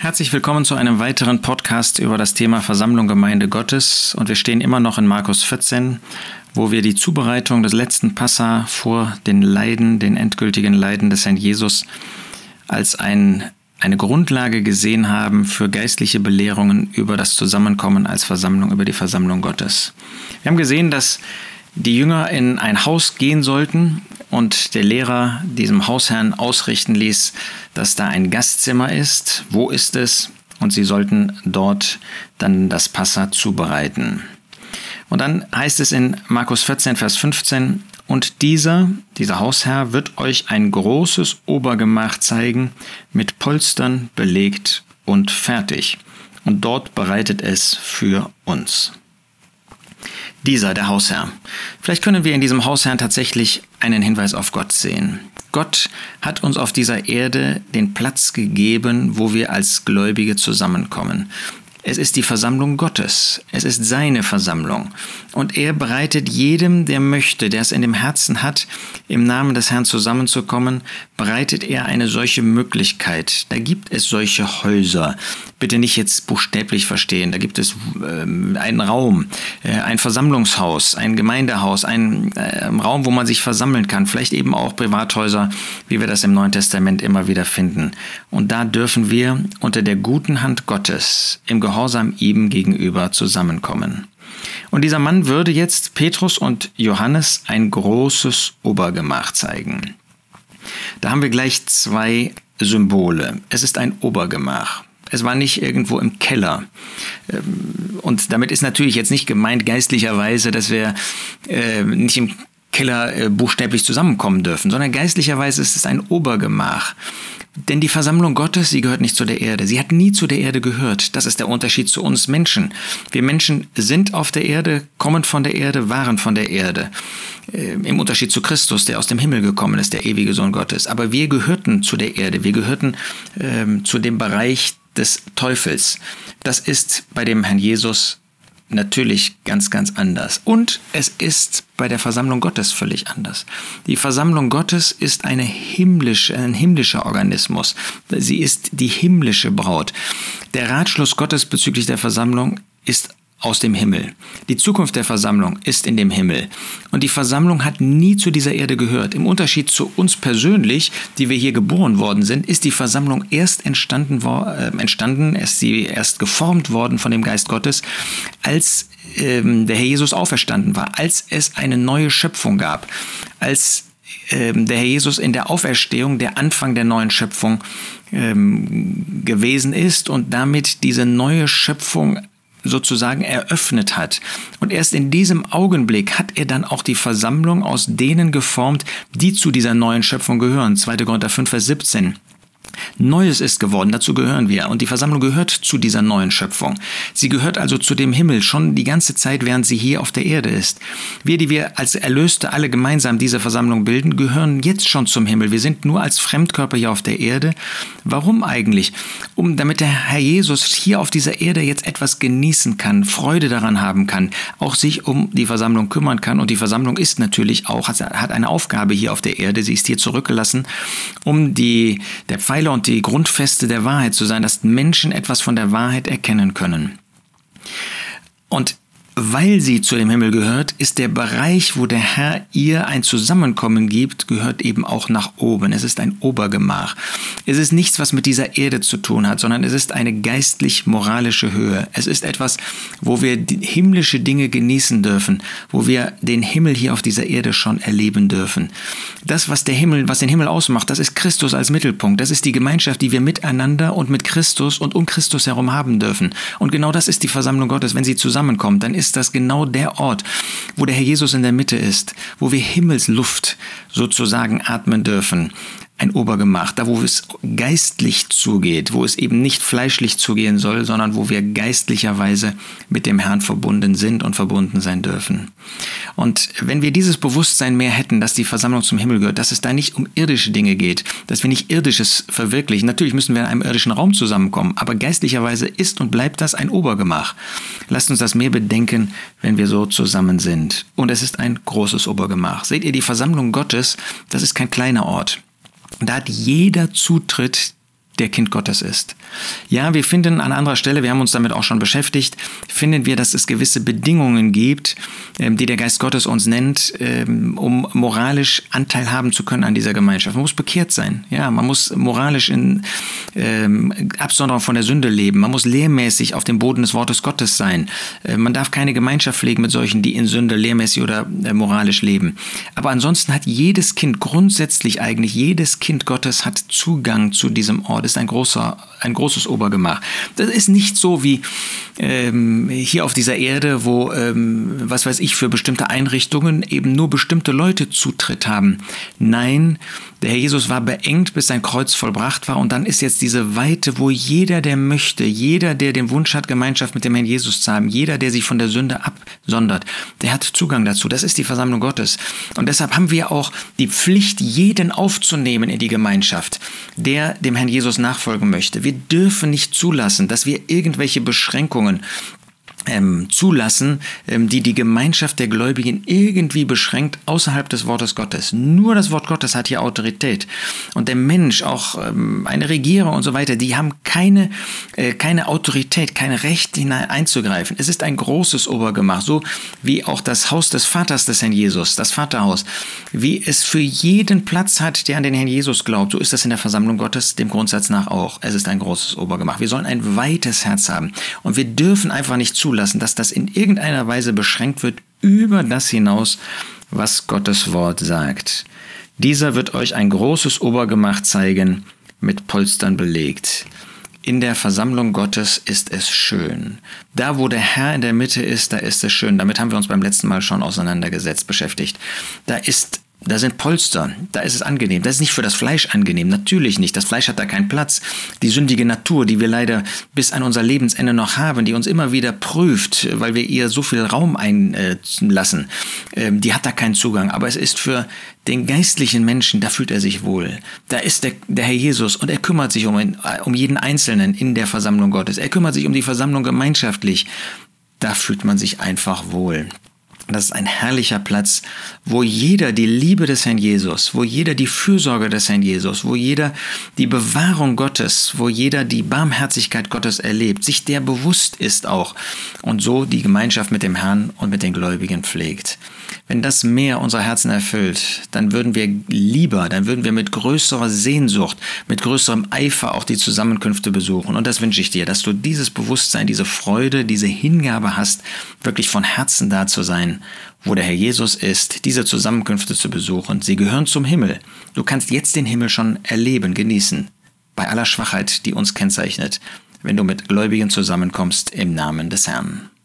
Herzlich willkommen zu einem weiteren Podcast über das Thema Versammlung Gemeinde Gottes. Und wir stehen immer noch in Markus 14, wo wir die Zubereitung des letzten Passa vor den Leiden, den endgültigen Leiden des Herrn Jesus als eine Grundlage gesehen haben für geistliche Belehrungen über das Zusammenkommen als Versammlung, über die Versammlung Gottes. Wir haben gesehen, dass die Jünger in ein Haus gehen sollten und der Lehrer diesem Hausherrn ausrichten ließ, dass da ein Gastzimmer ist. Wo ist es? Und sie sollten dort dann das Passa zubereiten. Und dann heißt es in Markus 14, Vers 15, und dieser Hausherr wird euch ein großes Obergemach zeigen, mit Polstern belegt und fertig. Und dort bereitet es für uns. Der Hausherr. Vielleicht können wir in diesem Hausherrn tatsächlich einen Hinweis auf Gott sehen. Gott hat uns auf dieser Erde den Platz gegeben, wo wir als Gläubige zusammenkommen. Es ist die Versammlung Gottes. Es ist seine Versammlung. Und er bereitet jedem, der möchte, der es in dem Herzen hat, im Namen des Herrn zusammenzukommen, bereitet er eine solche Möglichkeit. Da gibt es solche Häuser. Bitte nicht jetzt buchstäblich verstehen. Da gibt es einen Raum, ein Versammlungshaus, ein Gemeindehaus, ein Raum, wo man sich versammeln kann. Vielleicht eben auch Privathäuser, wie wir das im Neuen Testament immer wieder finden. Und da dürfen wir unter der guten Hand Gottes im Gehorsam ihm gegenüber zusammenkommen. Und dieser Mann würde jetzt Petrus und Johannes ein großes Obergemach zeigen. Da haben wir gleich zwei Symbole. Es ist ein Obergemach. Es war nicht irgendwo im Keller. Und damit ist natürlich jetzt nicht gemeint geistlicherweise, dass wir nicht im Keller buchstäblich zusammenkommen dürfen, sondern geistlicherweise ist es ein Obergemach. Denn die Versammlung Gottes, sie gehört nicht zu der Erde. Sie hat nie zu der Erde gehört. Das ist der Unterschied zu uns Menschen. Wir Menschen sind auf der Erde, kommen von der Erde, waren von der Erde. Im Unterschied zu Christus, der aus dem Himmel gekommen ist, der ewige Sohn Gottes. Aber wir gehörten zu der Erde. Wir gehörten zu dem Bereich des Teufels. Das ist bei dem Herrn Jesus natürlich ganz, ganz anders. Und es ist bei der Versammlung Gottes völlig anders. Die Versammlung Gottes ist ein himmlischer Organismus. Sie ist die himmlische Braut. Der Ratschluss Gottes bezüglich der Versammlung ist aus dem Himmel. Die Zukunft der Versammlung ist in dem Himmel. Und die Versammlung hat nie zu dieser Erde gehört. Im Unterschied zu uns persönlich, die wir hier geboren worden sind, ist die Versammlung erst ist sie erst geformt worden von dem Geist Gottes, als der Herr Jesus auferstanden war, als es eine neue Schöpfung gab, als der Herr Jesus in der Auferstehung der Anfang der neuen Schöpfung gewesen ist und damit diese neue Schöpfung sozusagen eröffnet hat. Und erst in diesem Augenblick hat er dann auch die Versammlung aus denen geformt, die zu dieser neuen Schöpfung gehören. 2. Korinther 5, Vers 17. Neues ist geworden, dazu gehören wir. Und die Versammlung gehört zu dieser neuen Schöpfung. Sie gehört also zu dem Himmel schon die ganze Zeit, während sie hier auf der Erde ist. Wir, die wir als Erlöste alle gemeinsam diese Versammlung bilden, gehören jetzt schon zum Himmel. Wir sind nur als Fremdkörper hier auf der Erde. Warum eigentlich? Damit der Herr Jesus hier auf dieser Erde jetzt etwas genießen kann, Freude daran haben kann, auch sich um die Versammlung kümmern kann. Und die Versammlung ist natürlich auch, hat eine Aufgabe hier auf der Erde. Sie ist hier zurückgelassen, um der Pfeiler und die Grundfeste der Wahrheit zu sein, dass Menschen etwas von der Wahrheit erkennen können. Und weil sie zu dem Himmel gehört, ist der Bereich, wo der Herr ihr ein Zusammenkommen gibt, gehört eben auch nach oben. Es ist ein Obergemach. Es ist nichts, was mit dieser Erde zu tun hat, sondern es ist eine geistlich-moralische Höhe. Es ist etwas, wo wir himmlische Dinge genießen dürfen, wo wir den Himmel hier auf dieser Erde schon erleben dürfen. Das, was den Himmel ausmacht, das ist Christus als Mittelpunkt. Das ist die Gemeinschaft, die wir miteinander und mit Christus und um Christus herum haben dürfen. Und genau das ist die Versammlung Gottes. Wenn sie zusammenkommt, dann ist das genau der Ort, wo der Herr Jesus in der Mitte ist, wo wir Himmelsluft sozusagen atmen dürfen. Ein Obergemach, da wo es geistlich zugeht, wo es eben nicht fleischlich zugehen soll, sondern wo wir geistlicherweise mit dem Herrn verbunden sind und verbunden sein dürfen. Und wenn wir dieses Bewusstsein mehr hätten, dass die Versammlung zum Himmel gehört, dass es da nicht um irdische Dinge geht, dass wir nicht Irdisches verwirklichen, natürlich müssen wir in einem irdischen Raum zusammenkommen, aber geistlicherweise ist und bleibt das ein Obergemach. Lasst uns das mehr bedenken, wenn wir so zusammen sind. Und es ist ein großes Obergemach. Seht ihr, die Versammlung Gottes, das ist kein kleiner Ort. Da hat jeder Zutritt der Kind Gottes ist. Ja, wir finden an anderer Stelle, wir haben uns damit auch schon beschäftigt, finden wir, dass es gewisse Bedingungen gibt, die der Geist Gottes uns nennt, um moralisch Anteil haben zu können an dieser Gemeinschaft. Man muss bekehrt sein, ja, man muss moralisch in Absonderung von der Sünde leben, man muss lehrmäßig auf dem Boden des Wortes Gottes sein, man darf keine Gemeinschaft pflegen mit solchen, die in Sünde lehrmäßig oder moralisch leben. Aber ansonsten hat jedes Kind, grundsätzlich eigentlich jedes Kind Gottes hat Zugang zu diesem Ort. Das ist ein großes Obergemach. Das ist nicht so wie hier auf dieser Erde, wo, was weiß ich, für bestimmte Einrichtungen eben nur bestimmte Leute Zutritt haben. Nein, der Herr Jesus war beengt, bis sein Kreuz vollbracht war, und dann ist jetzt diese Weite, wo jeder, der möchte, jeder, der den Wunsch hat, Gemeinschaft mit dem Herrn Jesus zu haben, jeder, der sich von der Sünde absondert, der hat Zugang dazu. Das ist die Versammlung Gottes. Und deshalb haben wir auch die Pflicht, jeden aufzunehmen in die Gemeinschaft, der dem Herrn Jesus nachfolgen möchte. Wir dürfen nicht zulassen, dass wir irgendwelche Beschränkungen zulassen, die die Gemeinschaft der Gläubigen irgendwie beschränkt außerhalb des Wortes Gottes. Nur das Wort Gottes hat hier Autorität. Und der Mensch, auch eine Regierung und so weiter, die haben keine Autorität, kein Recht hinein einzugreifen. Es ist ein großes Obergemach, so wie auch das Haus des Vaters des Herrn Jesus, das Vaterhaus, wie es für jeden Platz hat, der an den Herrn Jesus glaubt. So ist das in der Versammlung Gottes dem Grundsatz nach auch. Es ist ein großes Obergemach. Wir sollen ein weites Herz haben. Und wir dürfen einfach nicht zulassen, dass das in irgendeiner Weise beschränkt wird über das hinaus, was Gottes Wort sagt. Dieser wird euch ein großes Obergemach zeigen, mit Polstern belegt. In der Versammlung Gottes ist es schön. Da, wo der Herr in der Mitte ist, da ist es schön. Damit haben wir uns beim letzten Mal schon beschäftigt. Da sind Polster, da ist es angenehm. Das ist nicht für das Fleisch angenehm, natürlich nicht. Das Fleisch hat da keinen Platz. Die sündige Natur, die wir leider bis an unser Lebensende noch haben, die uns immer wieder prüft, weil wir ihr so viel Raum einlassen, die hat da keinen Zugang. Aber es ist für den geistlichen Menschen, da fühlt er sich wohl. Da ist der Herr Jesus, und er kümmert sich um jeden Einzelnen in der Versammlung Gottes. Er kümmert sich um die Versammlung gemeinschaftlich. Da fühlt man sich einfach wohl. Das ist ein herrlicher Platz, wo jeder die Liebe des Herrn Jesus, wo jeder die Fürsorge des Herrn Jesus, wo jeder die Bewahrung Gottes, wo jeder die Barmherzigkeit Gottes erlebt, sich der bewusst ist auch und so die Gemeinschaft mit dem Herrn und mit den Gläubigen pflegt. Wenn das mehr unsere Herzen erfüllt, dann würden wir mit größerer Sehnsucht, mit größerem Eifer auch die Zusammenkünfte besuchen. Und das wünsche ich dir, dass du dieses Bewusstsein, diese Freude, diese Hingabe hast, wirklich von Herzen da zu sein, wo der Herr Jesus ist, diese Zusammenkünfte zu besuchen. Sie gehören zum Himmel. Du kannst jetzt den Himmel schon erleben, genießen, bei aller Schwachheit, die uns kennzeichnet, wenn du mit Gläubigen zusammenkommst im Namen des Herrn.